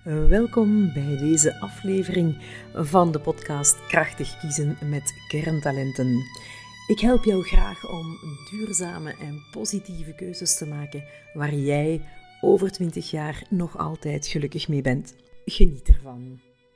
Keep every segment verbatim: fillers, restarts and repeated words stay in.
Welkom bij deze aflevering van de podcast Krachtig kiezen met kerntalenten. Ik help jou graag om duurzame en positieve keuzes te maken waar jij over twintig jaar nog altijd gelukkig mee bent. Geniet ervan.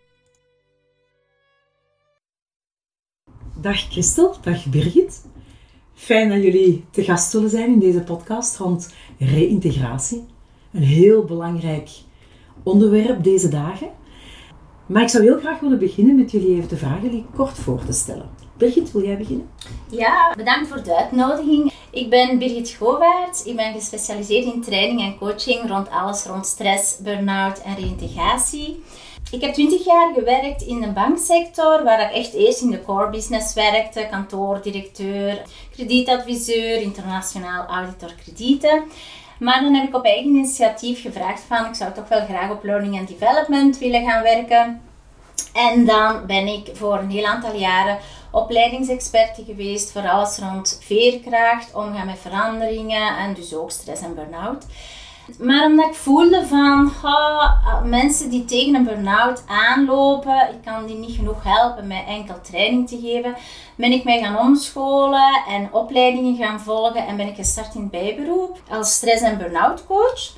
Dag Christel, dag Birgit. Fijn dat jullie te gast zullen zijn in deze podcast rond reïntegratie. Een heel belangrijk onderwerp deze dagen. Maar ik zou heel graag willen beginnen met jullie even de vragen jullie kort voor te stellen. Birgit, wil jij beginnen? Ja, bedankt voor de uitnodiging. Ik ben Birgit Govaert. Ik ben gespecialiseerd in training en coaching rond alles rond stress, burn-out en reïntegratie. Ik heb twintig jaar gewerkt in de banksector, waar ik echt eerst in de core business werkte, kantoordirecteur, kredietadviseur, internationaal auditor kredieten. Maar dan heb ik op eigen initiatief gevraagd van, ik zou toch wel graag op learning and development willen gaan werken. En dan ben ik voor een heel aantal jaren opleidingsexperte geweest voor alles rond veerkracht, omgaan met veranderingen en dus ook stress en burn-out. Maar omdat ik voelde van, oh, mensen die tegen een burn-out aanlopen, ik kan die niet genoeg helpen met enkel training te geven, ben ik mij gaan omscholen en opleidingen gaan volgen en ben ik gestart in het bijberoep als stress- en burn-out coach.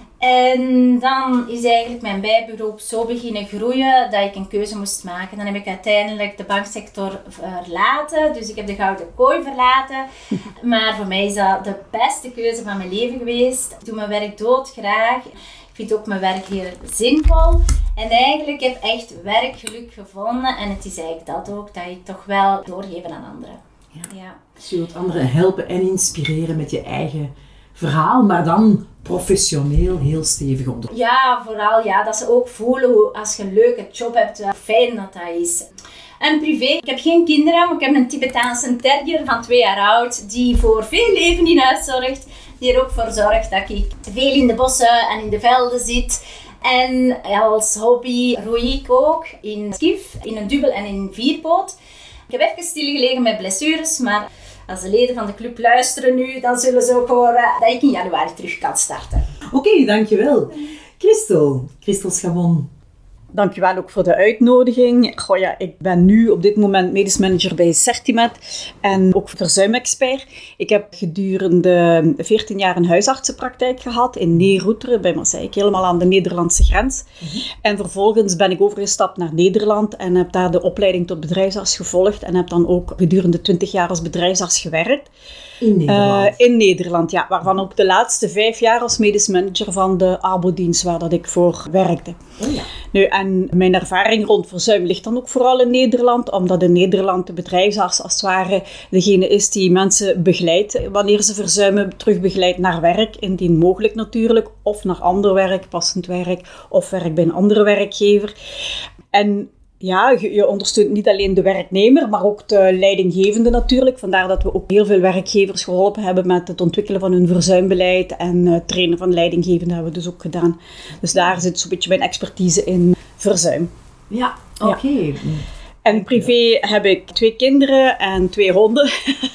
En dan is eigenlijk mijn bijberoep zo beginnen groeien dat ik een keuze moest maken. Dan heb ik uiteindelijk de banksector verlaten. Dus ik heb de gouden kooi verlaten. Maar voor mij is dat de beste keuze van mijn leven geweest. Ik doe mijn werk doodgraag. Ik vind ook mijn werk heel zinvol. En eigenlijk heb ik echt werkgeluk gevonden. En het is eigenlijk dat ook, dat ik toch wel doorgeven aan anderen. Ja. Ja. Dus je wilt anderen helpen en inspireren met je eigen verhaal, maar dan professioneel heel stevig onder. Ja, vooral ja, dat ze ook voelen hoe als je een leuke job hebt, hoe fijn dat dat is. En privé, ik heb geen kinderen, maar ik heb een Tibetaanse terrier van twee jaar oud die voor veel leven in huis zorgt. Die er ook voor zorgt dat ik veel in de bossen en in de velden zit. En als hobby roei ik ook in skif, in een dubbel en in een vierboot. Ik heb even stilgelegen met blessures, maar als de leden van de club luisteren nu, dan zullen ze ook horen dat ik in januari terug kan starten. Oké, okay, dankjewel. Christel, Christel Schamon. Dankjewel ook voor de uitnodiging. Goh ja, ik ben nu op dit moment medisch manager bij Certimed en ook verzuimexpert. Ik heb gedurende veertien jaar een huisartsenpraktijk gehad in Neeroeteren, bij Maaseik, helemaal aan de Nederlandse grens. Mm-hmm. En vervolgens ben ik overgestapt naar Nederland en heb daar de opleiding tot bedrijfsarts gevolgd en heb dan ook gedurende twintig jaar als bedrijfsarts gewerkt. In Nederland? Uh, in Nederland, ja. Waarvan ook de laatste vijf jaar als medisch manager van de arbodienst waar dat ik voor werkte. Oh ja. Nu, en mijn ervaring rond verzuim ligt dan ook vooral in Nederland, omdat in Nederland de bedrijfsarts als het ware degene is die mensen begeleidt wanneer ze verzuimen, terugbegeleidt naar werk, indien mogelijk natuurlijk, of naar ander werk, passend werk, of werk bij een andere werkgever. En ja, je, je ondersteunt niet alleen de werknemer, maar ook de leidinggevende natuurlijk. Vandaar dat we ook heel veel werkgevers geholpen hebben met het ontwikkelen van hun verzuimbeleid en uh, trainen van leidinggevenden hebben we dus ook gedaan. Dus daar zit zo'n beetje mijn expertise in verzuim. Ja, oké. Okay. Ja. En privé heb ik twee kinderen en twee honden.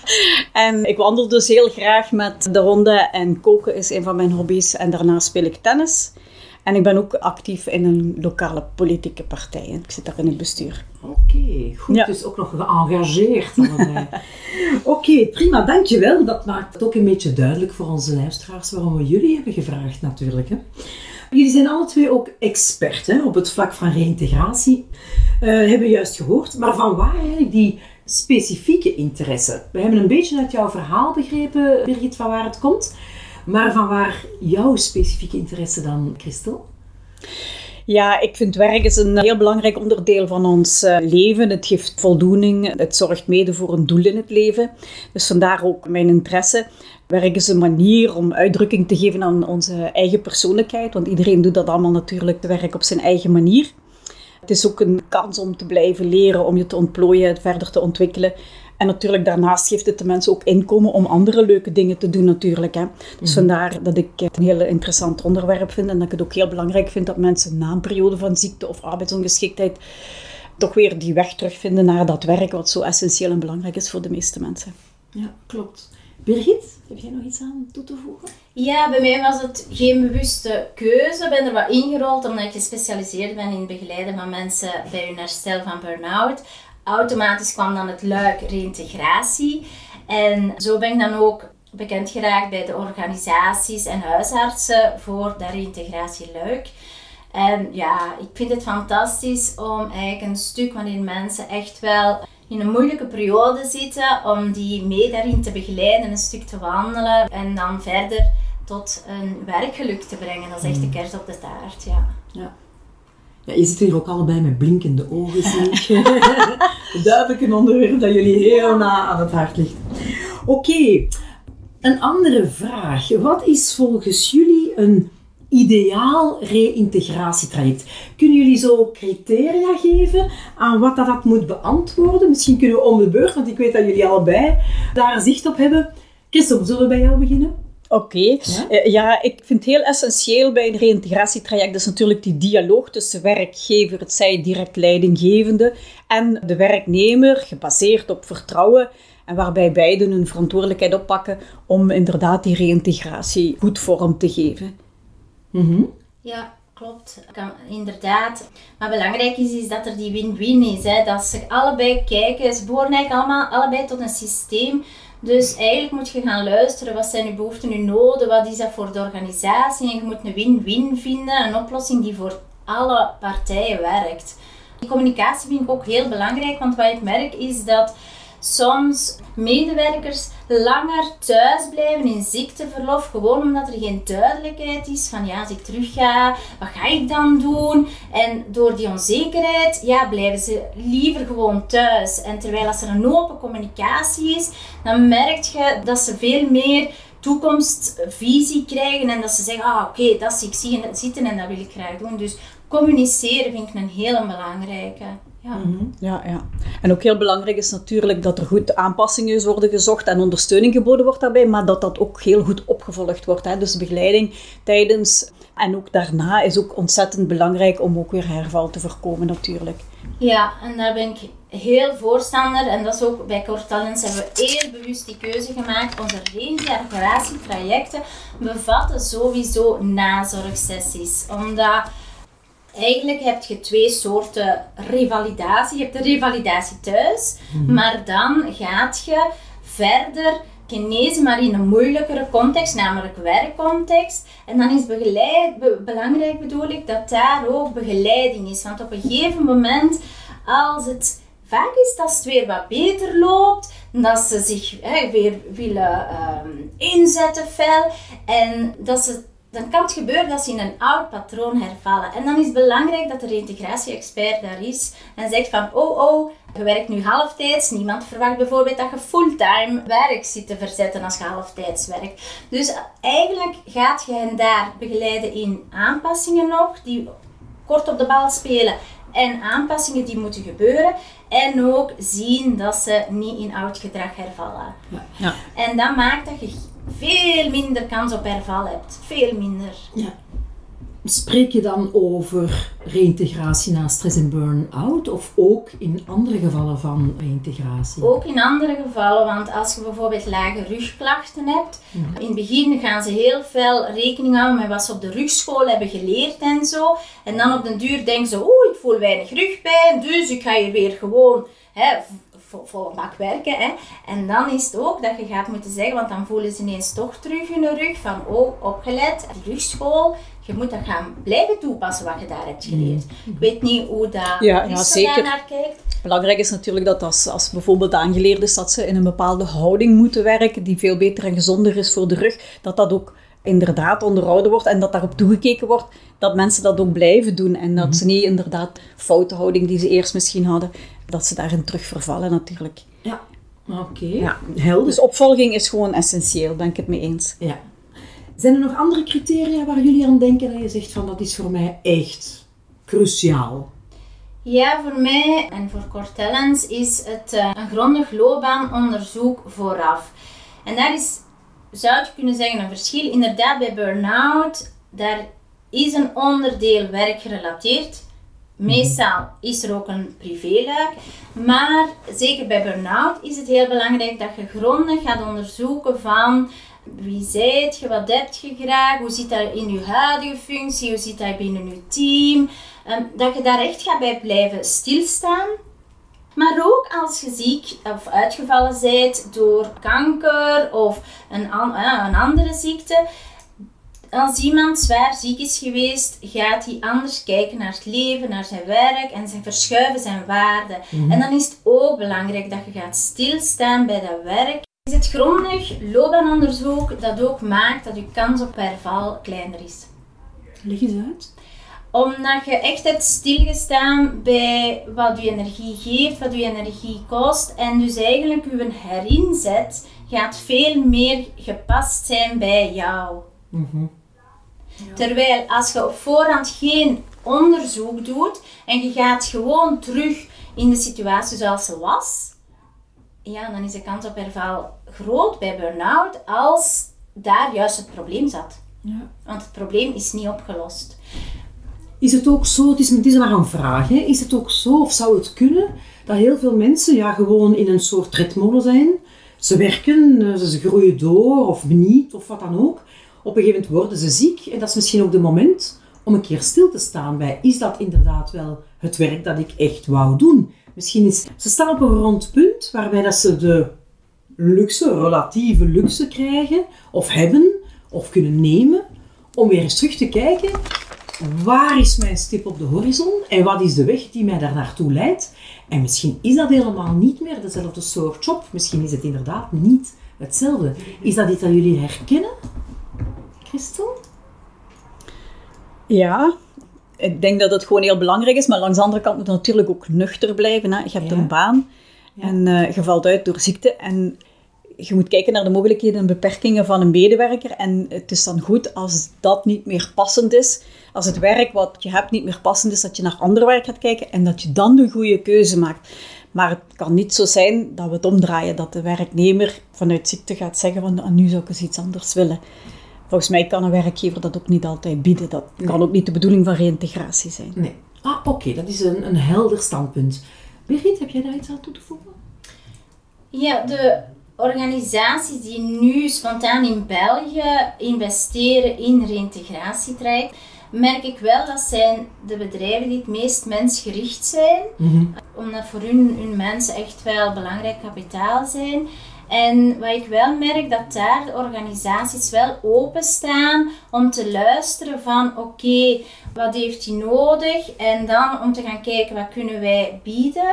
En ik wandel dus heel graag met de honden en koken is een van mijn hobby's. En daarnaast speel ik tennis. En ik ben ook actief in een lokale politieke partij. Ik zit daar in het bestuur. Oké, okay, goed. Ja. Dus ook nog geëngageerd. Oké, okay, prima. Dankjewel. Dat maakt het ook een beetje duidelijk voor onze luisteraars waarom we jullie hebben gevraagd natuurlijk. Hè. Jullie zijn alle twee ook expert hè, op het vlak van reïntegratie. Uh, hebben we juist gehoord. Maar van waar eigenlijk die specifieke interesse? We hebben een beetje uit jouw verhaal begrepen, Birgit, van waar het komt. Maar van waar jouw specifieke interesse dan, Christel? Ja, ik vind werk is een heel belangrijk onderdeel van ons uh, leven. Het geeft voldoening, het zorgt mede voor een doel in het leven. Dus vandaar ook mijn interesse. Werk is een manier om uitdrukking te geven aan onze eigen persoonlijkheid. Want iedereen doet dat allemaal natuurlijk, werk op zijn eigen manier. Het is ook een kans om te blijven leren, om je te ontplooien, het verder te ontwikkelen. En natuurlijk daarnaast geeft het de mensen ook inkomen om andere leuke dingen te doen natuurlijk. Hè. Dus vandaar dat ik het een heel interessant onderwerp vind en dat ik het ook heel belangrijk vind dat mensen na een periode van ziekte of arbeidsongeschiktheid toch weer die weg terugvinden naar dat werk wat zo essentieel en belangrijk is voor de meeste mensen. Ja, klopt. Birgit, heb jij nog iets aan toe te voegen? Ja, bij mij was het geen bewuste keuze. Ik ben er wat ingerold omdat ik gespecialiseerd ben in het begeleiden van mensen bij hun herstel van burn-out. Automatisch kwam dan het luik reïntegratie. En zo ben ik dan ook bekend geraakt bij de organisaties en huisartsen voor dat reïntegratieluik. En ja, ik vind het fantastisch om eigenlijk een stuk wanneer mensen echt wel in een moeilijke periode zitten, om die mee daarin te begeleiden, een stuk te wandelen en dan verder tot een werkgeluk te brengen. Dat is echt de kerst op de taart, ja. Ja. Ja, je zit hier ook allebei met blinkende ogen, zie ik. Duidelijk een onderwerp dat jullie heel na aan het hart ligt. Oké, okay. Een andere vraag. Wat is volgens jullie een ideaal reïntegratietraject? Kunnen jullie zo criteria geven aan wat dat, dat moet beantwoorden? Misschien kunnen we om de beurt, want ik weet dat jullie allebei daar zicht op hebben. Christophe, zullen we bij jou beginnen? Oké, okay. ja? Uh, ja, ik vind het heel essentieel bij een reïntegratietraject is natuurlijk die dialoog tussen werkgever, het zij direct leidinggevende, en de werknemer, gebaseerd op vertrouwen, en waarbij beiden hun verantwoordelijkheid oppakken om inderdaad die reïntegratie goed vorm te geven. Mm-hmm. Ja, klopt. Kan, inderdaad. Maar belangrijk is, is dat er die win-win is. Hè? Dat ze allebei kijken. Ze behoren eigenlijk allemaal allebei tot een systeem. Dus eigenlijk moet je gaan luisteren. Wat zijn je behoeften, je noden? Wat is dat voor de organisatie? En je moet een win-win vinden. Een oplossing die voor alle partijen werkt. Die communicatie vind ik ook heel belangrijk. Want wat ik merk is dat soms medewerkers langer thuis blijven in ziekteverlof, gewoon omdat er geen duidelijkheid is van ja, als ik terug ga, wat ga ik dan doen? En door die onzekerheid, ja, blijven ze liever gewoon thuis. En terwijl als er een open communicatie is, dan merk je dat ze veel meer toekomstvisie krijgen en dat ze zeggen, ah oké, okay, dat zie ik zien, zitten en dat wil ik graag doen. Dus communiceren vind ik een hele belangrijke. Ja. Mm-hmm. Ja, ja. En ook heel belangrijk is natuurlijk dat er goed aanpassingen worden gezocht en ondersteuning geboden wordt daarbij, maar dat dat ook heel goed opgevolgd wordt. Hè. Dus begeleiding tijdens en ook daarna is ook ontzettend belangrijk om ook weer herval te voorkomen natuurlijk. Ja, en daar ben ik heel voorstander en dat is ook bij Core Talents hebben we heel bewust die keuze gemaakt. Onze reïntegratietrajecten bevatten sowieso nazorgsessies, omdat eigenlijk heb je twee soorten revalidatie. Je hebt de revalidatie thuis, mm-hmm. maar dan gaat je verder genezen, maar in een moeilijkere context, namelijk werkcontext. En dan is begeleid, be, belangrijk bedoel ik, dat daar ook begeleiding is. Want op een gegeven moment, als het vaak is dat het weer wat beter loopt, dat ze zich hè, weer willen um, inzetten fel en dat ze dan kan het gebeuren dat ze in een oud patroon hervallen. En dan is het belangrijk dat de reïntegratie-expert daar is en zegt van, oh oh, je werkt nu halftijds. Niemand verwacht bijvoorbeeld dat je fulltime werk zit te verzetten als je halftijds werkt. Dus eigenlijk gaat je hen daar begeleiden in aanpassingen nog, die kort op de bal spelen. En aanpassingen die moeten gebeuren. En ook zien dat ze niet in oud gedrag hervallen. Ja. Ja. En dat maakt dat je veel minder kans op herval hebt. Veel minder. Ja. Spreek je dan over reïntegratie na stress en burn-out of ook in andere gevallen van reïntegratie? Ook in andere gevallen, want als je bijvoorbeeld lage rugklachten hebt, ja. in het begin gaan ze heel veel rekening houden met wat ze op de rugschool hebben geleerd en zo. En dan op den duur denken ze, oeh, ik voel weinig rugpijn, dus ik ga hier weer gewoon hè, volle bak werken. Hè. En dan is het ook dat je gaat moeten zeggen, want dan voelen ze ineens toch terug hun rug, van oh, opgelet, die rugschool. Je moet dat gaan blijven toepassen wat je daar hebt geleerd. Ik weet niet hoe dat ja, ja, zeker. daar naar kijkt. Belangrijk is natuurlijk dat als, als bijvoorbeeld aangeleerd is dat ze in een bepaalde houding moeten werken, die veel beter en gezonder is voor de rug, dat dat ook inderdaad onderhouden wordt en dat daarop toegekeken wordt, dat mensen dat ook blijven doen en dat ze niet inderdaad foute houding die ze eerst misschien hadden, dat ze daarin terug vervallen natuurlijk. Ja, oké. Okay. Ja. Helder. Dus opvolging is gewoon essentieel, ben ik het mee eens. Ja. Zijn er nog andere criteria waar jullie aan denken dat je zegt van dat is voor mij echt cruciaal? Ja, voor mij en voor Core Talents is het uh, een grondig loopbaanonderzoek vooraf. En daar is, zou je kunnen zeggen, een verschil. Inderdaad, bij burn-out, daar is een onderdeel werkgerelateerd. Meestal is er ook een privéluik, maar zeker bij burn-out is het heel belangrijk dat je grondig gaat onderzoeken van wie zijt je, wat heb je graag, hoe zit dat in je huidige functie, hoe zit dat binnen je team, um, dat je daar echt gaat bij blijven stilstaan. Maar ook als je ziek of uitgevallen bent door kanker of een, an- uh, een andere ziekte. Als iemand zwaar ziek is geweest, gaat hij anders kijken naar het leven, naar zijn werk en zijn verschuiven zijn waarden. Mm-hmm. En dan is het ook belangrijk dat je gaat stilstaan bij dat werk. Is het grondig loopbaanonderzoek dat ook maakt dat je kans op herval kleiner is. Leg eens uit. Omdat je echt hebt stilgestaan bij wat je energie geeft, wat je energie kost. En dus eigenlijk je herinzet gaat veel meer gepast zijn bij jou. Mm-hmm. Ja. Terwijl als je op voorhand geen onderzoek doet en je gaat gewoon terug in de situatie zoals ze was, ja, dan is de kans op herval groot bij burn-out als daar juist het probleem zat. Ja. Want het probleem is niet opgelost. Is het ook zo, het is, het is maar een vraag, hè? Is het ook zo of zou het kunnen dat heel veel mensen ja, gewoon in een soort tredmolen zijn? Ze werken, ze groeien door of niet of wat dan ook. Op een gegeven moment worden ze ziek en dat is misschien ook de moment om een keer stil te staan bij, is dat inderdaad wel het werk dat ik echt wou doen? Misschien is, ze staan op een rond punt waarbij dat ze de luxe, relatieve luxe krijgen of hebben of kunnen nemen om weer eens terug te kijken, waar is mijn stip op de horizon en wat is de weg die mij daar naartoe leidt? En misschien is dat helemaal niet meer dezelfde soort job, misschien is het inderdaad niet hetzelfde. Is dat iets dat jullie herkennen? Christel? Ja, ik denk dat het gewoon heel belangrijk is, maar langs de andere kant moet je natuurlijk ook nuchter blijven. Hè. Je hebt ja. een baan ja. en uh, je valt uit door ziekte en je moet kijken naar de mogelijkheden en beperkingen van een medewerker. En het is dan goed als dat niet meer passend is, als het werk wat je hebt niet meer passend is, dat je naar ander werk gaat kijken en dat je dan de goede keuze maakt. Maar het kan niet zo zijn dat we het omdraaien, dat de werknemer vanuit ziekte gaat zeggen van ah, nu zou ik eens iets anders willen. Volgens mij kan een werkgever dat ook niet altijd bieden. Dat nee. kan ook niet de bedoeling van reïntegratie zijn. Nee. Ah, oké. Okay. Dat is een, een helder standpunt. Birgit, heb jij daar iets aan toe te voegen? Ja, de organisaties die nu spontaan in België investeren in reïntegratietraject, merk ik wel dat zijn de bedrijven die het meest mensgericht zijn. Mm-hmm. Omdat voor hun, hun mensen echt wel belangrijk kapitaal zijn. En wat ik wel merk, dat daar de organisaties wel openstaan om te luisteren van oké, okay, wat heeft hij nodig? En dan om te gaan kijken, wat kunnen wij bieden?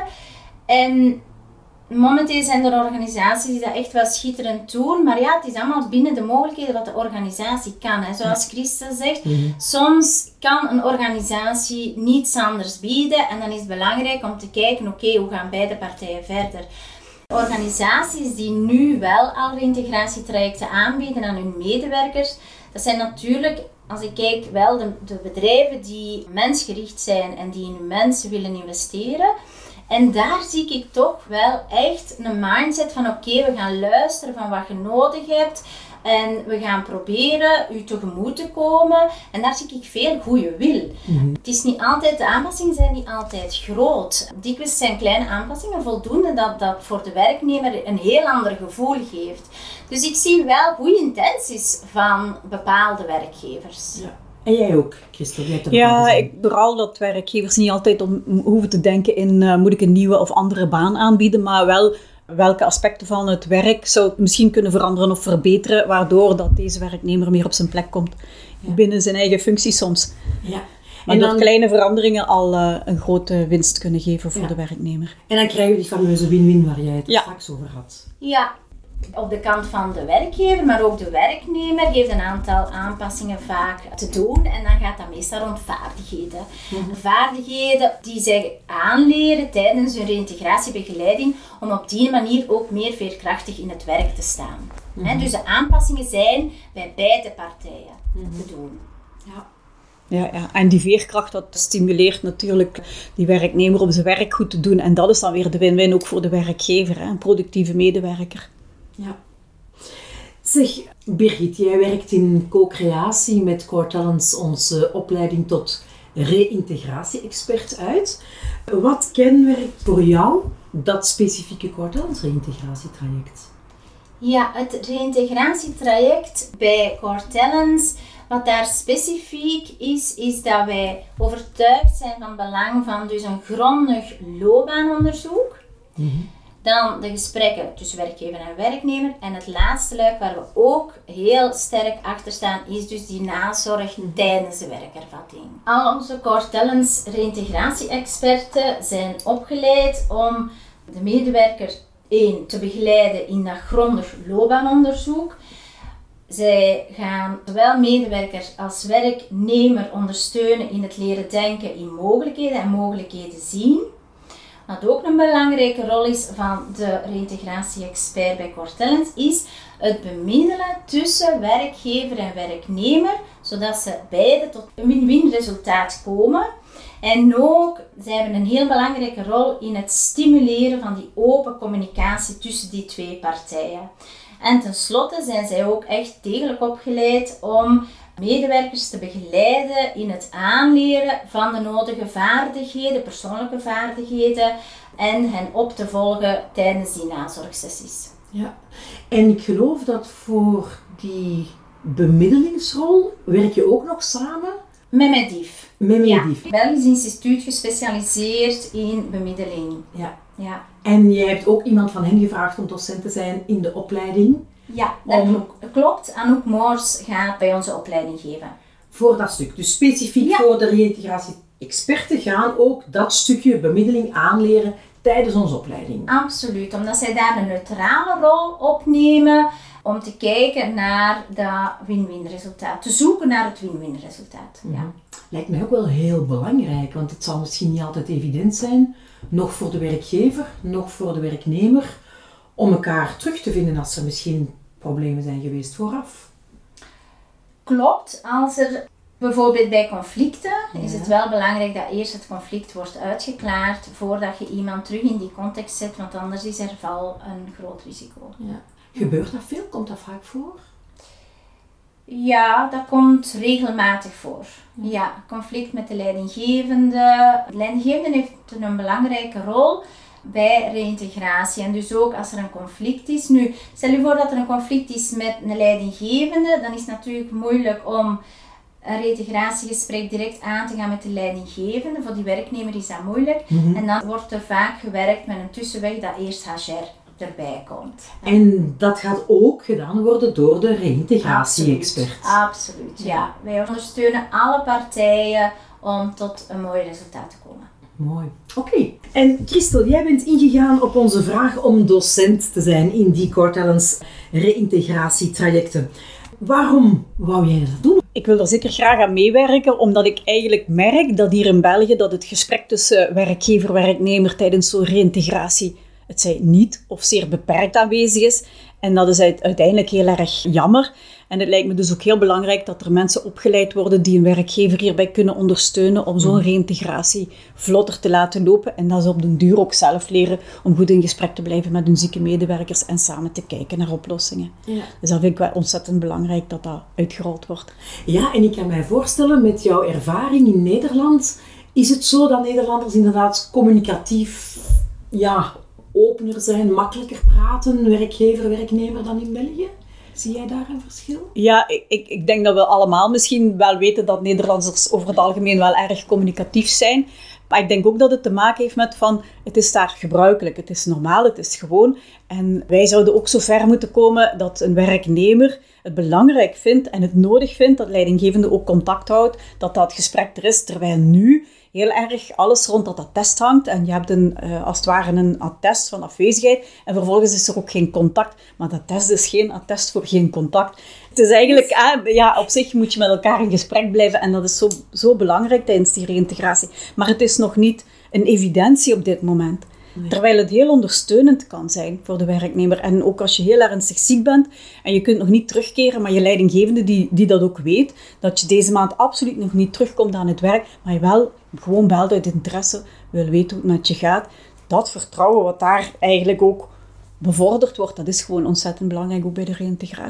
En momenteel zijn er organisaties die dat echt wel schitterend doen, maar ja, het is allemaal binnen de mogelijkheden wat de organisatie kan. Hè. Zoals Christel zegt, mm-hmm. soms kan een organisatie niets anders bieden en dan is het belangrijk om te kijken, oké, okay, hoe gaan beide partijen verder? Organisaties die nu wel al reïntegratietrajecten aanbieden aan hun medewerkers, dat zijn natuurlijk, als ik kijk, wel de, de bedrijven die mensgericht zijn en die in hun mensen willen investeren. En daar zie ik toch wel echt een mindset van oké, okay, we gaan luisteren van wat je nodig hebt en we gaan proberen u tegemoet te komen. En daar zie ik veel goede wil. Mm-hmm. Het is niet altijd, de aanpassingen zijn niet altijd groot. Dikwijls zijn kleine aanpassingen voldoende dat dat voor de werknemer een heel ander gevoel geeft. Dus ik zie wel goede intenties van bepaalde werkgevers. Ja. En jij ook, Christel? Jij hebt ja, ik vooral dat werkgevers niet altijd om hoeven te denken in uh, moet ik een nieuwe of andere baan aanbieden, maar wel welke aspecten van het werk zou het misschien kunnen veranderen of verbeteren, waardoor dat deze werknemer meer op zijn plek komt ja. binnen zijn eigen functie soms. Ja. Maar en dan, dat kleine veranderingen al uh, een grote winst kunnen geven voor ja. de werknemer. En dan krijgen we die fameuze win-win waar jij het ja. straks over had. Ja. Op de kant van de werkgever, maar ook de werknemer heeft een aantal aanpassingen vaak te doen. En dan gaat dat meestal rond vaardigheden. Mm-hmm. Vaardigheden die zij aanleren tijdens hun reïntegratiebegeleiding om op die manier ook meer veerkrachtig in het werk te staan. Mm-hmm. He, dus de aanpassingen zijn bij beide partijen mm-hmm. te doen. Ja. Ja, ja, en die veerkracht dat stimuleert natuurlijk die werknemer om zijn werk goed te doen. En dat is dan weer de win-win ook voor de werkgever, hè, een productieve medewerker. Ja. Zeg, Birgit, jij werkt in co-creatie met Core Talents, onze opleiding tot reïntegratie-expert uit. Wat kenmerkt voor jou dat specifieke Core Talents reïntegratietraject? Ja, het reïntegratietraject bij Core Talents, wat daar specifiek is, is dat wij overtuigd zijn van het belang van dus een grondig loopbaanonderzoek. Mm-hmm. Dan de gesprekken tussen werkgever en werknemer. En het laatste luik waar we ook heel sterk achter staan, is dus die nazorg tijdens de werkervatting. Al onze Core Talents reïntegratie-experten zijn opgeleid om de medewerker één, te begeleiden in dat grondig loopbaanonderzoek. Zij gaan zowel medewerkers als werknemer ondersteunen in het leren denken in mogelijkheden en mogelijkheden zien. Wat ook een belangrijke rol is van de reïntegratie-expert bij Core Talents, is het bemiddelen tussen werkgever en werknemer, zodat ze beide tot een win-win resultaat komen. En ook, zij hebben een heel belangrijke rol in het stimuleren van die open communicatie tussen die twee partijen. En tenslotte zijn zij ook echt degelijk opgeleid om medewerkers te begeleiden in het aanleren van de nodige vaardigheden, persoonlijke vaardigheden, en hen op te volgen tijdens die nazorgsessies. Ja, en ik geloof dat voor die bemiddelingsrol werk je ook nog samen? Met Medif. Met Medif. Ja, Belgisch instituut gespecialiseerd in bemiddeling. Ja. Ja. En jij hebt ook iemand van hen gevraagd om docent te zijn in de opleiding? Ja, dat om... klopt. Anouk Moors gaat bij onze opleiding geven. Voor dat stuk. Dus specifiek ja. voor de reïntegratie-experten gaan ook dat stukje bemiddeling aanleren tijdens onze opleiding. Absoluut, omdat zij daar een neutrale rol opnemen om te kijken naar dat win-win resultaat. Te zoeken naar het win-win resultaat. Mm-hmm. Ja. Lijkt mij ook wel heel belangrijk, want het zal misschien niet altijd evident zijn, nog voor de werkgever, nog voor de werknemer, om elkaar terug te vinden als er misschien problemen zijn geweest vooraf. Klopt, als er bijvoorbeeld bij conflicten ja. is het wel belangrijk dat eerst het conflict wordt uitgeklaard voordat je iemand terug in die context zet, want anders is er wel een groot risico. Ja. Gebeurt dat veel? Komt dat vaak voor? Ja, dat komt regelmatig voor. Ja, ja conflict met de leidinggevende. De leidinggevende heeft een belangrijke rol bij reïntegratie. En dus ook als er een conflict is. Nu, stel je voor dat er een conflict is met een leidinggevende, dan is het natuurlijk moeilijk om een reïntegratiegesprek direct aan te gaan met de leidinggevende. Voor die werknemer is dat moeilijk. Mm-hmm. En dan wordt er vaak gewerkt met een tussenweg dat eerst H R erbij komt. En dat gaat ook gedaan worden door de reïntegratie-expert. Absoluut, absoluut, ja. Wij ondersteunen alle partijen om tot een mooi resultaat te komen. Mooi. Oké. Okay. En Christel, jij bent ingegaan op onze vraag om docent te zijn in die Core Talents reïntegratietrajecten. Waarom wou jij dat doen? Ik wil er zeker graag aan meewerken, omdat ik eigenlijk merk dat hier in België dat het gesprek tussen werkgever en werknemer tijdens zo'n reïntegratie het zij niet of zeer beperkt aanwezig is. En dat is uiteindelijk heel erg jammer. En het lijkt me dus ook heel belangrijk dat er mensen opgeleid worden die een werkgever hierbij kunnen ondersteunen om zo'n reïntegratie vlotter te laten lopen. En dat ze op den duur ook zelf leren om goed in gesprek te blijven met hun zieke medewerkers en samen te kijken naar oplossingen. Ja. Dus dat vind ik wel ontzettend belangrijk dat dat uitgerold wordt. Ja, en ik kan mij voorstellen, met jouw ervaring in Nederland, is het zo dat Nederlanders inderdaad communicatief, ja, opener zijn, makkelijker praten, werkgever, werknemer dan in België? Zie jij daar een verschil? Ja, ik, ik denk dat we allemaal misschien wel weten dat Nederlanders over het algemeen wel erg communicatief zijn. Maar ik denk ook dat het te maken heeft met van, het is daar gebruikelijk, het is normaal, het is gewoon. En wij zouden ook zo ver moeten komen dat een werknemer het belangrijk vindt en het nodig vindt dat leidinggevende ook contact houdt, dat dat gesprek er is, terwijl nu heel erg alles rond dat attest hangt. En je hebt een, uh, als het ware een attest van afwezigheid. En vervolgens is er ook geen contact. Maar dat attest is geen attest voor geen contact. Het is eigenlijk, uh, ja, op zich moet je met elkaar in gesprek blijven. En dat is zo, zo belangrijk tijdens die reïntegratie. Maar het is nog niet een evidentie op dit moment. Nee. Terwijl het heel ondersteunend kan zijn voor de werknemer. En ook als je heel ernstig ziek bent en je kunt nog niet terugkeren, maar je leidinggevende die, die dat ook weet, dat je deze maand absoluut nog niet terugkomt aan het werk, maar je wel gewoon belt uit interesse, wil weten hoe het met je gaat. Dat vertrouwen wat daar eigenlijk ook bevorderd wordt, dat is gewoon ontzettend belangrijk ook bij de reïntegratie.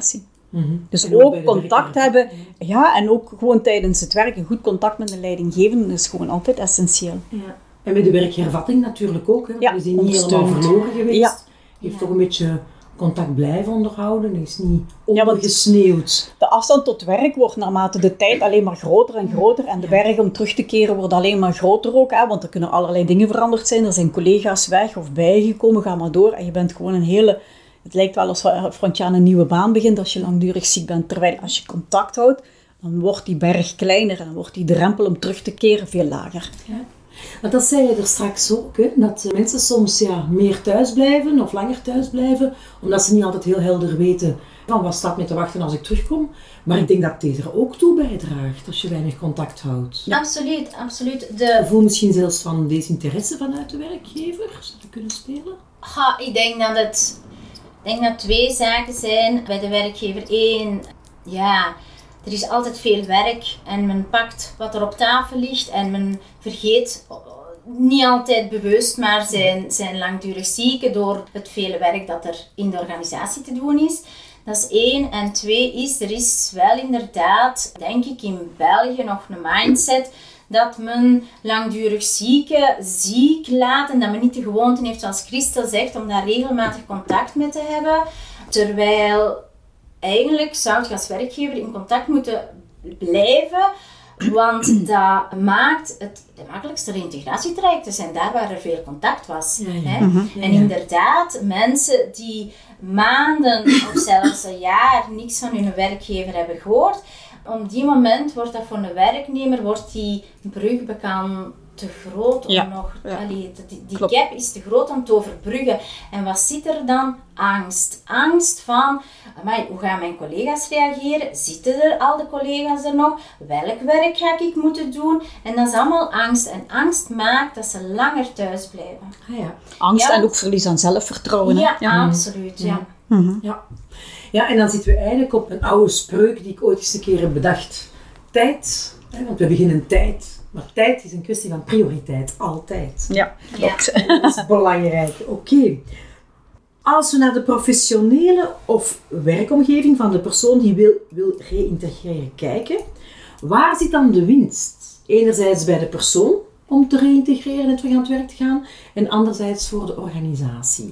Mm-hmm. Dus en ook, ook contact hebben, ja, en ook gewoon tijdens het werk een goed contact met de leidinggevende is gewoon altijd essentieel. Ja. En met de werkhervatting natuurlijk ook, hè? Ja, we zijn niet helemaal verloren geweest. Ja. Je heeft toch een beetje contact blijven onderhouden, is niet ondergesneeuwd. Ja, de afstand tot werk wordt naarmate de tijd alleen maar groter en groter en de berg om terug te keren wordt alleen maar groter ook, hè, want er kunnen allerlei dingen veranderd zijn, er zijn collega's weg of bijgekomen, ga maar door en je bent gewoon een hele... Het lijkt wel alsof je aan een nieuwe baan begint als je langdurig ziek bent, terwijl als je contact houdt, dan wordt die berg kleiner en dan wordt die drempel om terug te keren veel lager. Ja. Want dat zei je er straks ook, hè? Dat mensen soms ja, meer thuis blijven of langer thuis blijven, omdat ze niet altijd heel helder weten van wat staat me te wachten als ik terugkom. Maar ik denk dat deze er ook toe bijdraagt als je weinig contact houdt. Ja. Absoluut, absoluut. De... Je voelt misschien zelfs van desinteresse vanuit de werkgever, zou dat kunnen spelen? Ha, ik denk dat het ik denk dat twee zaken zijn bij de werkgever. Eén, ja... Er is altijd veel werk en men pakt wat er op tafel ligt en men vergeet, niet altijd bewust, maar zijn, zijn langdurig zieken door het vele werk dat er in de organisatie te doen is. Dat is één. En twee is, er is wel inderdaad, denk ik, in België nog een mindset dat men langdurig zieken ziek laat en dat men niet de gewoonte heeft, zoals Christel zegt, om daar regelmatig contact mee te hebben. Terwijl... Eigenlijk zou je als werkgever in contact moeten blijven, want dat maakt het de makkelijkste reïntegratietraject te zijn, daar waar er veel contact was. Ja, ja. Hè? Mm-hmm. Ja, ja. En inderdaad, mensen die maanden of zelfs een jaar niks van hun werkgever hebben gehoord, op die moment wordt dat voor een werknemer, wordt die brug bekend te groot om ja. nog... Ja. Allee, die die gap is te groot om te overbruggen. En wat zit er dan? Angst. Angst van, amai, hoe gaan mijn collega's reageren? Zitten er al de collega's er nog? Welk werk ga ik moeten doen? En dat is allemaal angst. En angst maakt dat ze langer thuis blijven. Ah, ja. Angst ja. En ook verlies aan zelfvertrouwen. Ja, hè? Ja, absoluut. Ja. Mm-hmm. Ja. Ja, en dan zitten we eigenlijk op een oude spreuk die ik ooit eens een keer heb bedacht. Tijd, hè, want we beginnen tijd. Maar tijd is een kwestie van prioriteit, altijd. Ja, klopt. Ja. Dat is belangrijk. Oké. Okay. Als we naar de professionele of werkomgeving van de persoon die wil, wil reïntegreren kijken, waar zit dan de winst? Enerzijds bij de persoon om te reïntegreren en terug aan het werk te gaan, en anderzijds voor de organisatie.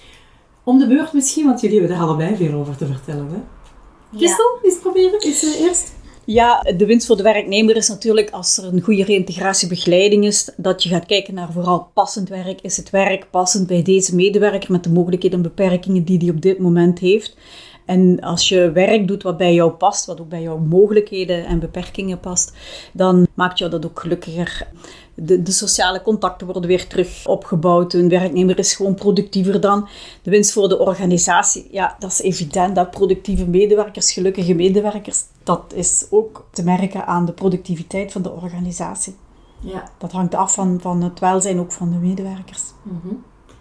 Om de beurt misschien, want jullie hebben er allebei veel over te vertellen. Hè? Christel, eens proberen, eens uh, eerst. Ja, de winst voor de werknemer is natuurlijk als er een goede reïntegratiebegeleiding is, dat je gaat kijken naar vooral passend werk. Is het werk passend bij deze medewerker met de mogelijkheden en beperkingen die hij op dit moment heeft? En als je werk doet wat bij jou past, wat ook bij jouw mogelijkheden en beperkingen past, dan maakt jou dat ook gelukkiger. De, de sociale contacten worden weer terug opgebouwd. Een werknemer is gewoon productiever dan. De winst voor de organisatie, ja, dat is evident. Dat productieve medewerkers, gelukkige medewerkers, dat is ook te merken aan de productiviteit van de organisatie. Ja. Dat hangt af van, van het welzijn ook van de medewerkers. Mm-hmm.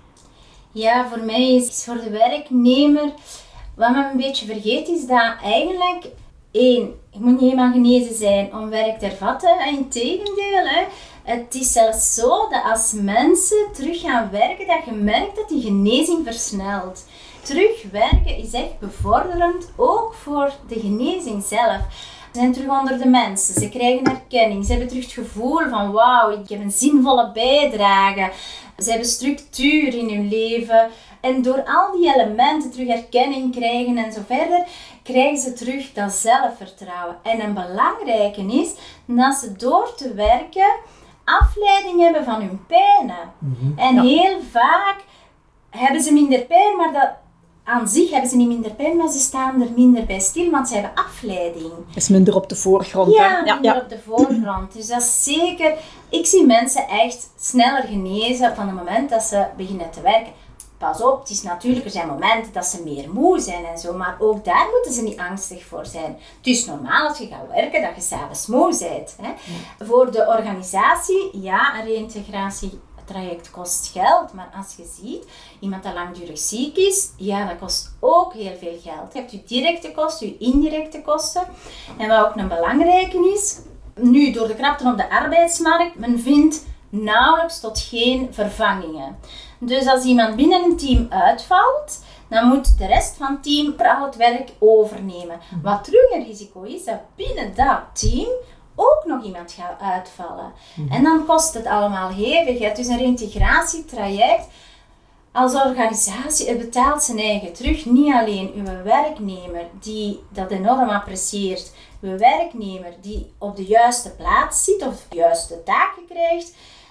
Ja, voor mij is voor de werknemer... Wat men een beetje vergeet is dat eigenlijk... één, je moet niet helemaal genezen zijn om werk te ervatten. Integendeel, hè. Het is zelfs zo dat als mensen terug gaan werken, dat je merkt dat die genezing versnelt. Terugwerken is echt bevorderend, ook voor de genezing zelf. Ze zijn terug onder de mensen, ze krijgen erkenning, ze hebben terug het gevoel van wauw, ik heb een zinvolle bijdrage. Ze hebben structuur in hun leven. En door al die elementen terug erkenning krijgen en zo verder, krijgen ze terug dat zelfvertrouwen. En een belangrijke is dat ze door te werken afleiding hebben van hun pijnen. Mm-hmm. En ja. heel vaak hebben ze minder pijn, maar dat, aan zich hebben ze niet minder pijn, maar ze staan er minder bij stil, want ze hebben afleiding. Dat is minder op de voorgrond. Ja, hè? minder ja. op de voorgrond. Dus dat is zeker... Ik zie mensen echt sneller genezen van het moment dat ze beginnen te werken. Pas op, het is natuurlijk, er zijn momenten dat ze meer moe zijn en zo, maar ook daar moeten ze niet angstig voor zijn. Het is normaal als je gaat werken dat je s'avonds moe bent. Hè? Ja. Voor de organisatie, ja, een reïntegratietraject kost geld, maar als je ziet, iemand dat langdurig ziek is, ja, dat kost ook heel veel geld. Je hebt je directe kosten, je indirecte kosten. En wat ook een belangrijke is, nu door de krapte op de arbeidsmarkt, men vindt nauwelijks tot geen vervangingen. Dus als iemand binnen een team uitvalt, dan moet de rest van het team al het werk overnemen. Wat terug een risico is, dat binnen dat team ook nog iemand gaat uitvallen. Mm. En dan kost het allemaal hevig. Het is een reintegratietraject. Als organisatie, het betaalt zijn eigen terug. Niet alleen uw werknemer die dat enorm apprecieert, uw werknemer die op de juiste plaats zit of de juiste taken krijgt.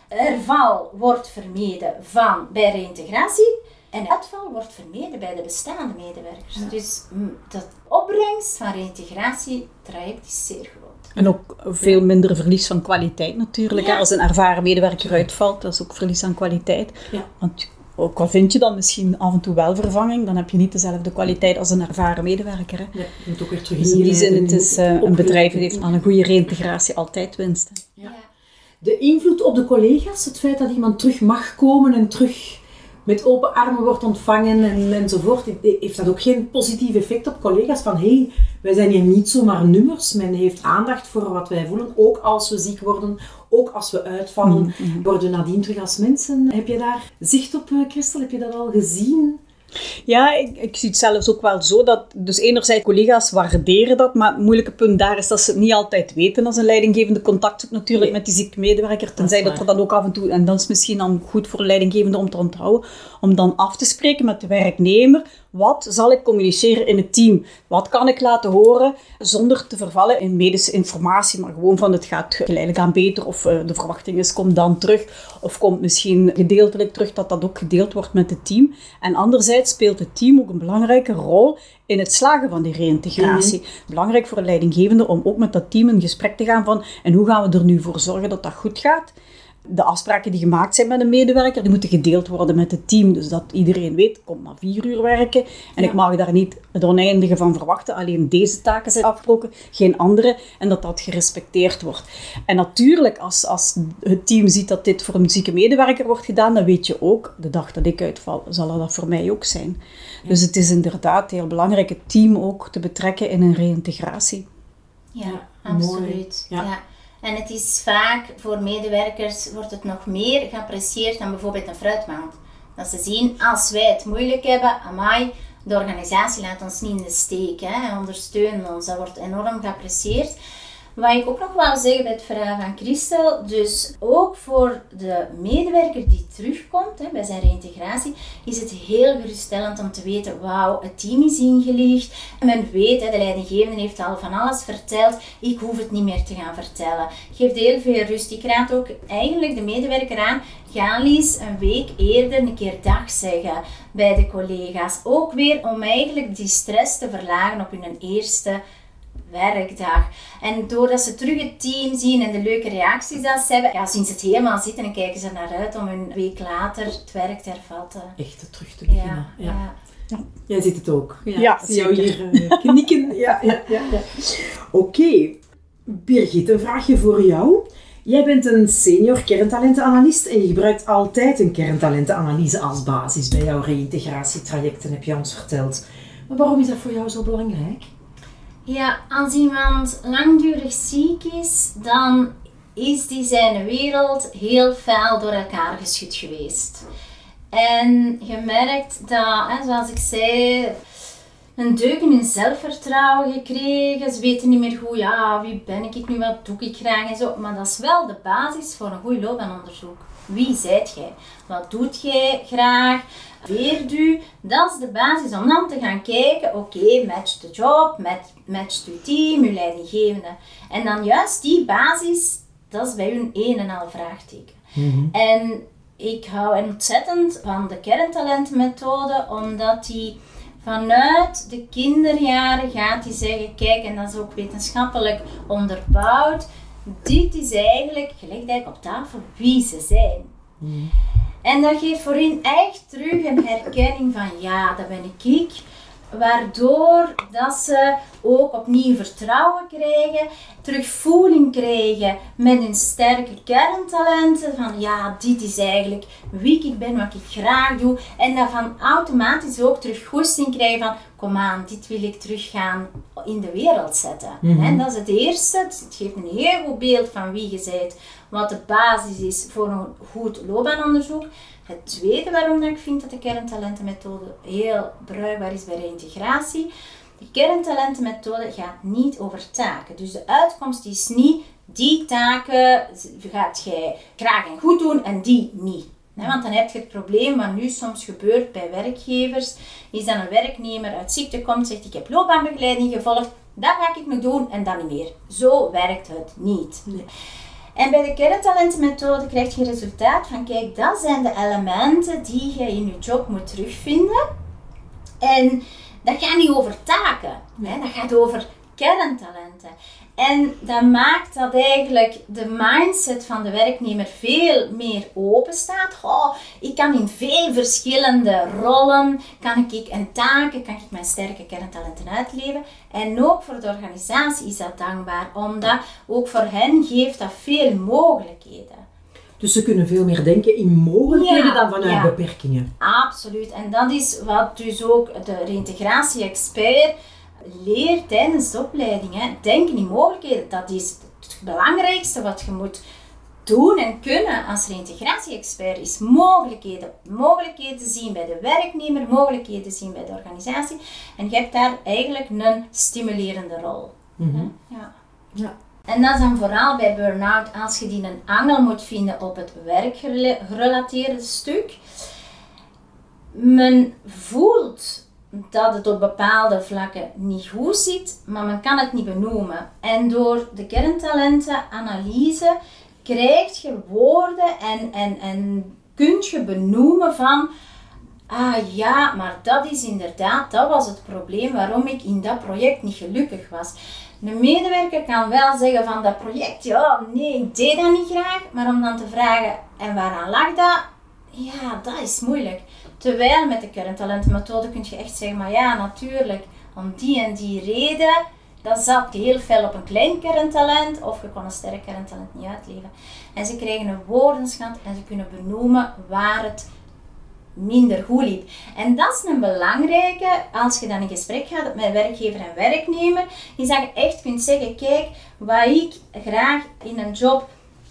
Herval wordt vermeden van bij reintegratie en uitval wordt vermeden bij de bestaande medewerkers. Ja. Dus de opbrengst van reintegratietraject is zeer groot. En ook veel minder verlies van kwaliteit natuurlijk. Ja. Als een ervaren medewerker uitvalt, dat is ook verlies aan kwaliteit. Ja. Want ook al vind je dan misschien af en toe wel vervanging, dan heb je niet dezelfde kwaliteit als een ervaren medewerker. Hè. Ja, je moet ook weer terug dus in die zin, het is uh, een bedrijf dat heeft aan een goede reintegratie altijd winst. Hè. Ja. De invloed op de collega's, het feit dat iemand terug mag komen en terug met open armen wordt ontvangen en, enzovoort, heeft dat ook geen positief effect op collega's van hé, hey, wij zijn hier niet zomaar nummers, men heeft aandacht voor wat wij voelen, ook als we ziek worden, ook als we uitvallen, mm-hmm. worden we nadien terug als mensen. Heb je daar zicht op, Christel? Heb je dat al gezien? Ja, ik, ik zie het zelfs ook wel zo dat, dus enerzijds collega's waarderen dat, maar het moeilijke punt daar is dat ze het niet altijd weten als een leidinggevende contact zoekt natuurlijk nee. met die zieke medewerker, tenzij dat, dat er dan ook af en toe, en dat is misschien dan goed voor een leidinggevende om te onthouden, om dan af te spreken met de werknemer, wat zal ik communiceren in het team? Wat kan ik laten horen zonder te vervallen in medische informatie, maar gewoon van het gaat geleidelijk aan beter, of uh, de verwachting is, kom dan terug, of komt misschien gedeeltelijk terug, dat dat ook gedeeld wordt met het team. En anderzijds speelt het team ook een belangrijke rol in het slagen van die reïntegratie. Mm-hmm. Belangrijk voor een leidinggevende om ook met dat team in gesprek te gaan van en hoe gaan we er nu voor zorgen dat dat goed gaat. De afspraken die gemaakt zijn met een medewerker, die moeten gedeeld worden met het team. Dus dat iedereen weet, kom maar vier uur werken. En ja. ik mag daar niet het oneindige van verwachten. Alleen deze taken zijn afgesproken, geen andere. En dat dat gerespecteerd wordt. En natuurlijk, als, als het team ziet dat dit voor een zieke medewerker wordt gedaan, dan weet je ook, de dag dat ik uitval, zal dat voor mij ook zijn. Ja. Dus het is inderdaad heel belangrijk het team ook te betrekken in een reïntegratie. Ja, ja, absoluut. Ja. Ja. En het is vaak, voor medewerkers wordt het nog meer geapprecieerd dan bijvoorbeeld een fruitmand. Dat ze zien, als wij het moeilijk hebben, amai, de organisatie laat ons niet in de steek, hè, ondersteunen ons. Dat wordt enorm geapprecieerd. Wat ik ook nog wil zeggen bij het verhaal van Christel, dus ook voor de medewerker die terugkomt hè, bij zijn reïntegratie, is het heel geruststellend om te weten, wauw, het team is ingelicht. En men weet, hè, de leidinggevende heeft al van alles verteld, ik hoef het niet meer te gaan vertellen. Geeft heel veel rust. Ik raad ook eigenlijk de medewerker aan, ga eens een week eerder een keer dag zeggen bij de collega's. Ook weer om eigenlijk die stress te verlagen op hun eerste werkdag. En doordat ze terug het team zien en de leuke reacties dat ze hebben, ja, zien ze het helemaal zitten en kijken ze er naar uit om een week later het werk te hervatten. Echt terug te beginnen. Ja, ja. Ja. Jij ziet het ook. Ja, ja zie jou hier uh, knikken. ja, ja, ja, ja. Oké, okay. Birgit, een vraagje voor jou. Jij bent een senior kerntalentenanalist en je gebruikt altijd een kerntalentenanalyse als basis bij jouw reïntegratietrajecten, heb je ons verteld. Maar waarom is dat voor jou zo belangrijk? Ja, als iemand langdurig ziek is, dan is die zijn wereld heel fel door elkaar geschud geweest. En je merkt dat, hè, zoals ik zei, een deuk in hun zelfvertrouwen gekregen. Ze weten niet meer goed, ja, wie ben ik nu, wat doe ik graag en zo. Maar dat is wel de basis voor een goed loopbaanonderzoek. Wie zijt jij? Wat doet jij graag? Weert u? Dat is de basis om dan te gaan kijken, oké, okay, matcht de job, matcht, matcht uw team, uw leidinggevende. En dan juist die basis, dat is bij u een een en al vraagteken. Mm-hmm. En ik hou ontzettend van de kerntalentmethode, omdat die vanuit de kinderjaren gaat die zeggen, kijk, en dat is ook wetenschappelijk onderbouwd, dit is eigenlijk, gelijk op tafel, wie ze zijn. Mm. En dat geeft voor hen echt terug een herkenning van, ja, dat ben ik. Waardoor dat ze ook opnieuw vertrouwen krijgen, terugvoeling krijgen met hun sterke kerntalenten. Van ja, dit is eigenlijk wie ik ben, wat ik graag doe. En dat van automatisch ook terug goesting krijgen van kom aan, dit wil ik terug gaan in de wereld zetten. Mm-hmm. En dat is het eerste. Dus het geeft een heel goed beeld van wie je bent, wat de basis is voor een goed loopbaanonderzoek. Het tweede waarom ik vind dat de kerntalentenmethode heel bruikbaar is bij reïntegratie. De kerntalentenmethode gaat niet over taken. Dus de uitkomst is niet, die taken gaat jij graag en goed doen en die niet. Nee, want dan heb je het probleem wat nu soms gebeurt bij werkgevers, is dat een werknemer uit ziekte komt, zegt ik heb loopbaanbegeleiding gevolgd, dat ga ik nog doen en dat niet meer. Zo werkt het niet. Nee. En bij de kerntalentenmethode krijg je een resultaat van, kijk, dat zijn de elementen die je in je job moet terugvinden. En dat gaat niet over taken, hè? Dat gaat over kerntalenten. En dat maakt dat eigenlijk de mindset van de werknemer veel meer open staat. Goh, ik kan in veel verschillende rollen, kan ik en taken, kan ik mijn sterke kerntalenten uitleven. En ook voor de organisatie is dat dankbaar, omdat ook voor hen geeft dat veel mogelijkheden. Dus ze kunnen veel meer denken in mogelijkheden ja, dan vanuit ja, beperkingen. Absoluut. En dat is wat dus ook de reïntegratie-expert leert tijdens de opleiding. Hè. Denken in mogelijkheden, dat is het belangrijkste wat je moet doen en kunnen als reïntegratie-expert, is mogelijkheden. Mogelijkheden zien bij de werknemer, mogelijkheden zien bij de organisatie. En je hebt daar eigenlijk een stimulerende rol. Mm-hmm. Ja. Ja. En dat is dan vooral bij burn-out, als je die een angel moet vinden op het werkgerelateerde stuk. Men voelt dat het op bepaalde vlakken niet goed zit, maar men kan het niet benoemen. En door de kerntalentenanalyse krijg je woorden en, en, en kun je benoemen van, ah ja, maar dat is inderdaad, dat was het probleem waarom ik in dat project niet gelukkig was. De medewerker kan wel zeggen van dat project, ja, nee, ik deed dat niet graag, maar om dan te vragen, en waaraan lag dat? Ja, dat is moeilijk. Terwijl met de kerntalentenmethode kun je echt zeggen, maar ja, natuurlijk, om die en die reden, dat zat heel fel op een klein kerntalent, of je kon een sterk kerntalent niet uitleven. En ze krijgen een woordenschat en ze kunnen benoemen waar het minder goed liep. En dat is een belangrijke, als je dan in gesprek gaat met werkgever en werknemer, is dat je echt kunt zeggen, kijk, wat ik graag in een job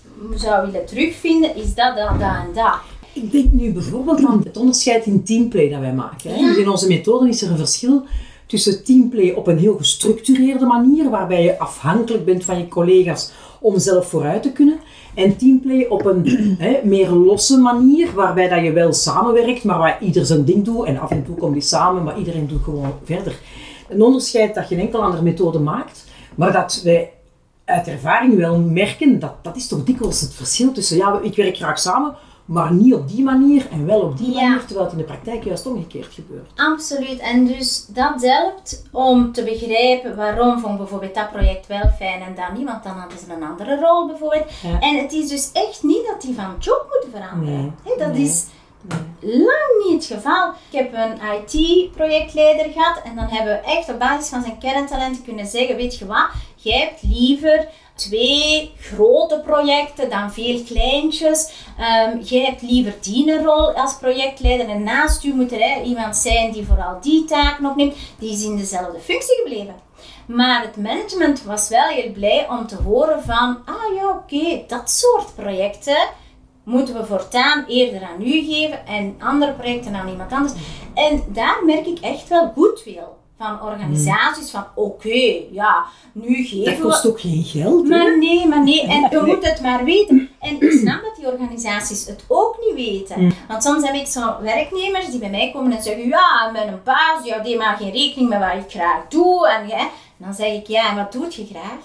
zou willen terugvinden, is dat, dat, dat en dat. Ik denk nu bijvoorbeeld aan het onderscheid in teamplay dat wij maken. Hè. Ja. Dus in onze methode is er een verschil tussen teamplay op een heel gestructureerde manier, waarbij je afhankelijk bent van je collega's om zelf vooruit te kunnen, en teamplay op een hè, meer losse manier, waarbij dat je wel samenwerkt, maar waar ieder zijn ding doet, en af en toe komt die samen, maar iedereen doet gewoon verder. Een onderscheid dat geen enkel andere methode maakt, maar dat wij uit ervaring wel merken, dat, dat is toch dikwijls het verschil tussen, ja, ik werk graag samen, maar niet op die manier en wel op die ja. manier, terwijl het in de praktijk juist omgekeerd gebeurt. Absoluut. En dus dat helpt om te begrijpen waarom vond bijvoorbeeld dat project wel fijn en dat niet, want dan hadden ze een andere rol bijvoorbeeld. Ja. En het is dus echt niet dat die van job moeten veranderen. Nee. He, dat nee. is nee. lang niet het geval. Ik heb een I T-projectleider gehad en dan hebben we echt op basis van zijn kerntalenten kunnen zeggen, weet je wat, jij hebt liever twee grote projecten dan veel kleintjes. Um, jij hebt liever die rol als projectleider en naast u moet er hè, iemand zijn die vooral die taken opneemt. Die is in dezelfde functie gebleven. Maar het management was wel heel blij om te horen van, ah ja oké, okay, dat soort projecten moeten we voortaan eerder aan u geven en andere projecten aan iemand anders. En daar merk ik echt wel goodwill van organisaties, van oké, okay, ja, nu geven we... Dat kost we... ook geen geld, Maar hè? nee, maar nee, en we nee. moeten het maar weten. En ik snap dat die organisaties het ook niet weten. Mm. Want soms heb ik zo werknemers die bij mij komen en zeggen, ja, met een baas, ja, die maakt geen rekening met wat ik graag doe. En, ja. en dan zeg ik, ja, en wat doe je graag?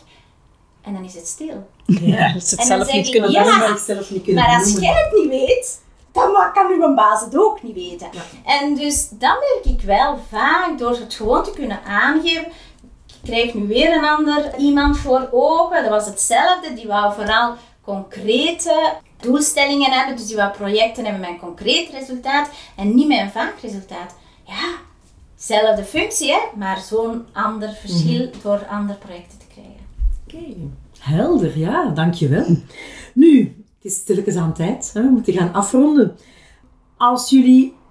En dan is het stil. Ja, dat is het zelf niet kunnen ja, doen. Maar, zelf niet kunnen maar als doen. Jij het niet weet, dan kan uw baas het ook niet weten. Ja. En dus dat merk ik wel vaak door het gewoon te kunnen aangeven. Ik krijg nu weer een ander iemand voor ogen. Dat was hetzelfde. Die wou vooral concrete doelstellingen hebben. Dus die wou projecten hebben met een concreet resultaat en niet met een vaag resultaat. Ja, zelfde functie, hè, maar zo'n ander verschil mm-hmm. door andere projecten te krijgen. Oké, okay. Helder, ja, dankjewel. Nu, het is stilletjes aan tijd, hè, we moeten gaan afronden. Als jullie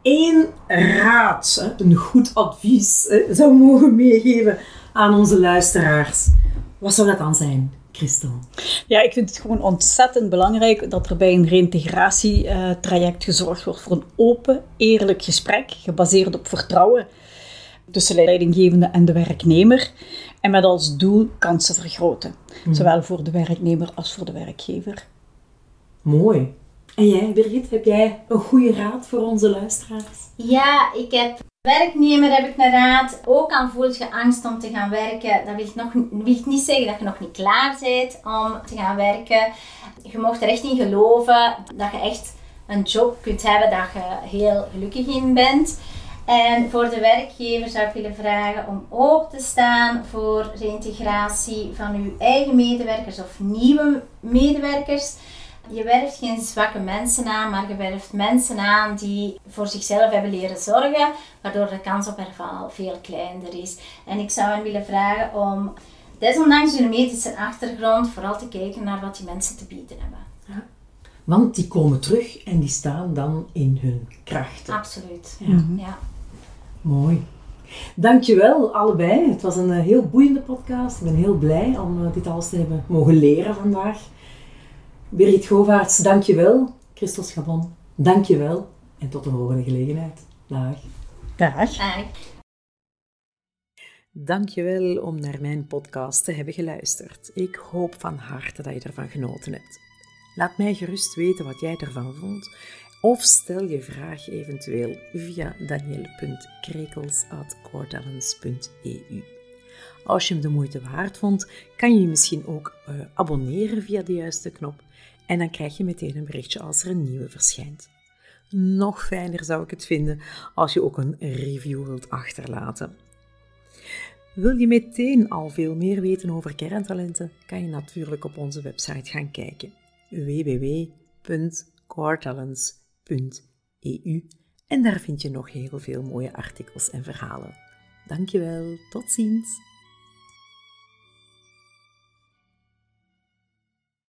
één raad, een goed advies zou mogen meegeven aan onze luisteraars, wat zou dat dan zijn, Christel? Ja, ik vind het gewoon ontzettend belangrijk dat er bij een reïntegratietraject gezorgd wordt voor een open, eerlijk gesprek, gebaseerd op vertrouwen tussen de leidinggevende en de werknemer. En met als doel kansen vergroten. Mm. Zowel voor de werknemer als voor de werkgever. Mooi. En jij, Birgit, heb jij een goede raad voor onze luisteraars? Ja, ik heb werknemer heb ik een raad. Ook al voel je angst om te gaan werken, dat wil ik, nog, wil ik niet zeggen dat je nog niet klaar bent om te gaan werken. Je mag er echt in geloven dat je echt een job kunt hebben dat je heel gelukkig in bent. En voor de werkgever zou ik willen vragen om open te staan voor reïntegratie van uw eigen medewerkers of nieuwe medewerkers. Je werft geen zwakke mensen aan, maar je werft mensen aan die voor zichzelf hebben leren zorgen, waardoor de kans op herval veel kleiner is. En ik zou hen willen vragen om, desondanks hun medische achtergrond, vooral te kijken naar wat die mensen te bieden hebben. Ja. Want die komen terug en die staan dan in hun krachten. Absoluut, ja. Mm-hmm. ja. Mooi. Dankjewel allebei. Het was een heel boeiende podcast. Ik ben heel blij om dit alles te hebben mogen leren vandaag. Birgit Govaerts, dankjewel. Christel Schabon, dankjewel. En tot een volgende gelegenheid. Dag. Dag. Dag. Dankjewel om naar mijn podcast te hebben geluisterd. Ik hoop van harte dat je ervan genoten hebt. Laat mij gerust weten wat jij ervan vond. Of stel je vraag eventueel via danielle punt krekels at coretalents punt e u. Als je hem de moeite waard vond, kan je je misschien ook uh, abonneren via de juiste knop. En dan krijg je meteen een berichtje als er een nieuwe verschijnt. Nog fijner zou ik het vinden als je ook een review wilt achterlaten. Wil je meteen al veel meer weten over kerntalenten, kan je natuurlijk op onze website gaan kijken. w w w punt coretalents punt e u en daar vind je nog heel veel mooie artikels en verhalen. Dankjewel, tot ziens!